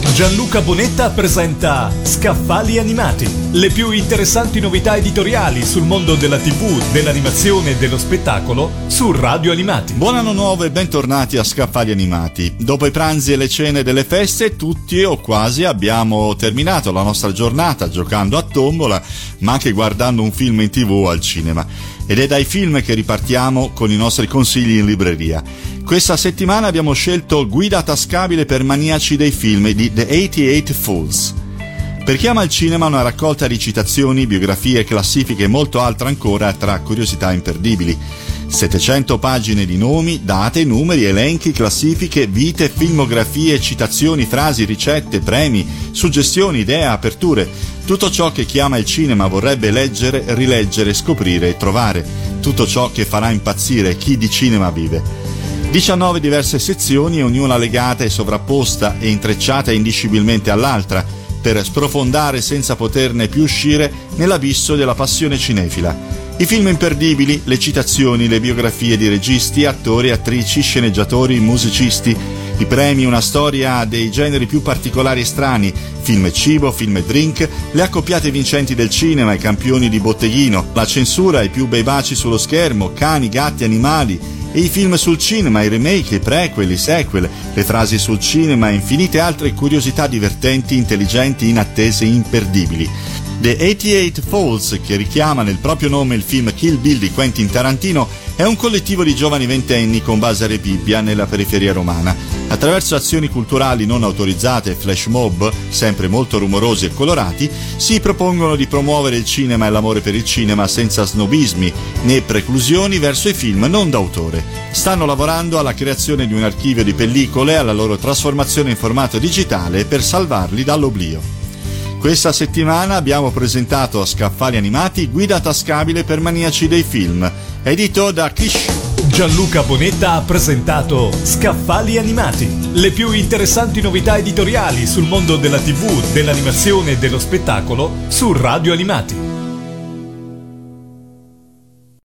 Gianluca Bonetta presenta Scaffali Animati, le più interessanti novità editoriali sul mondo della TV, dell'animazione e dello spettacolo su Radio Animati. Buon anno nuovo e bentornati a Scaffali Animati. Dopo i pranzi e le cene delle feste, tutti o quasi abbiamo terminato la nostra giornata giocando a tombola, ma anche guardando un film in TV o al cinema. Ed è dai film che ripartiamo con i nostri consigli in libreria. Questa settimana abbiamo scelto Guida tascabile per maniaci dei film di The 88 Fools. Per chi ama il cinema, una raccolta di citazioni, biografie, classifiche e molto altro ancora tra curiosità imperdibili. 700 pagine di nomi, date, numeri, elenchi, classifiche, vite, filmografie, citazioni, frasi, ricette, premi, suggestioni, idee, aperture. Tutto ciò che chi ama il cinema vorrebbe leggere, rileggere, scoprire e trovare. Tutto ciò che farà impazzire chi di cinema vive. 19 diverse sezioni, ognuna legata e sovrapposta e intrecciata indiscibilmente all'altra, per sprofondare senza poterne più uscire nell'abisso della passione cinefila. I film imperdibili, le citazioni, le biografie di registi, attori, attrici, sceneggiatori, musicisti, i premi, una storia dei generi più particolari e strani, film e cibo, film e drink, le accoppiate vincenti del cinema, i campioni di botteghino, la censura, i più bei baci sullo schermo, cani, gatti, animali, e i film sul cinema, i remake, i prequel, i sequel, le frasi sul cinema e infinite altre curiosità divertenti, intelligenti, inattese, imperdibili. The 88 Fools, che richiama nel proprio nome il film Kill Bill di Quentin Tarantino, è un collettivo di giovani ventenni con base a Rebibbia nella periferia romana. Attraverso azioni culturali non autorizzate e flash mob, sempre molto rumorosi e colorati, si propongono di promuovere il cinema e l'amore per il cinema senza snobismi né preclusioni verso i film non d'autore. Stanno lavorando alla creazione di un archivio di pellicole e alla loro trasformazione in formato digitale per salvarli dall'oblio. Questa settimana abbiamo presentato a Scaffali Animati Guida tascabile per maniaci dei film, edito da Kish. Gianluca Bonetta ha presentato Scaffali Animati, le più interessanti novità editoriali sul mondo della TV, dell'animazione e dello spettacolo su Radio Animati.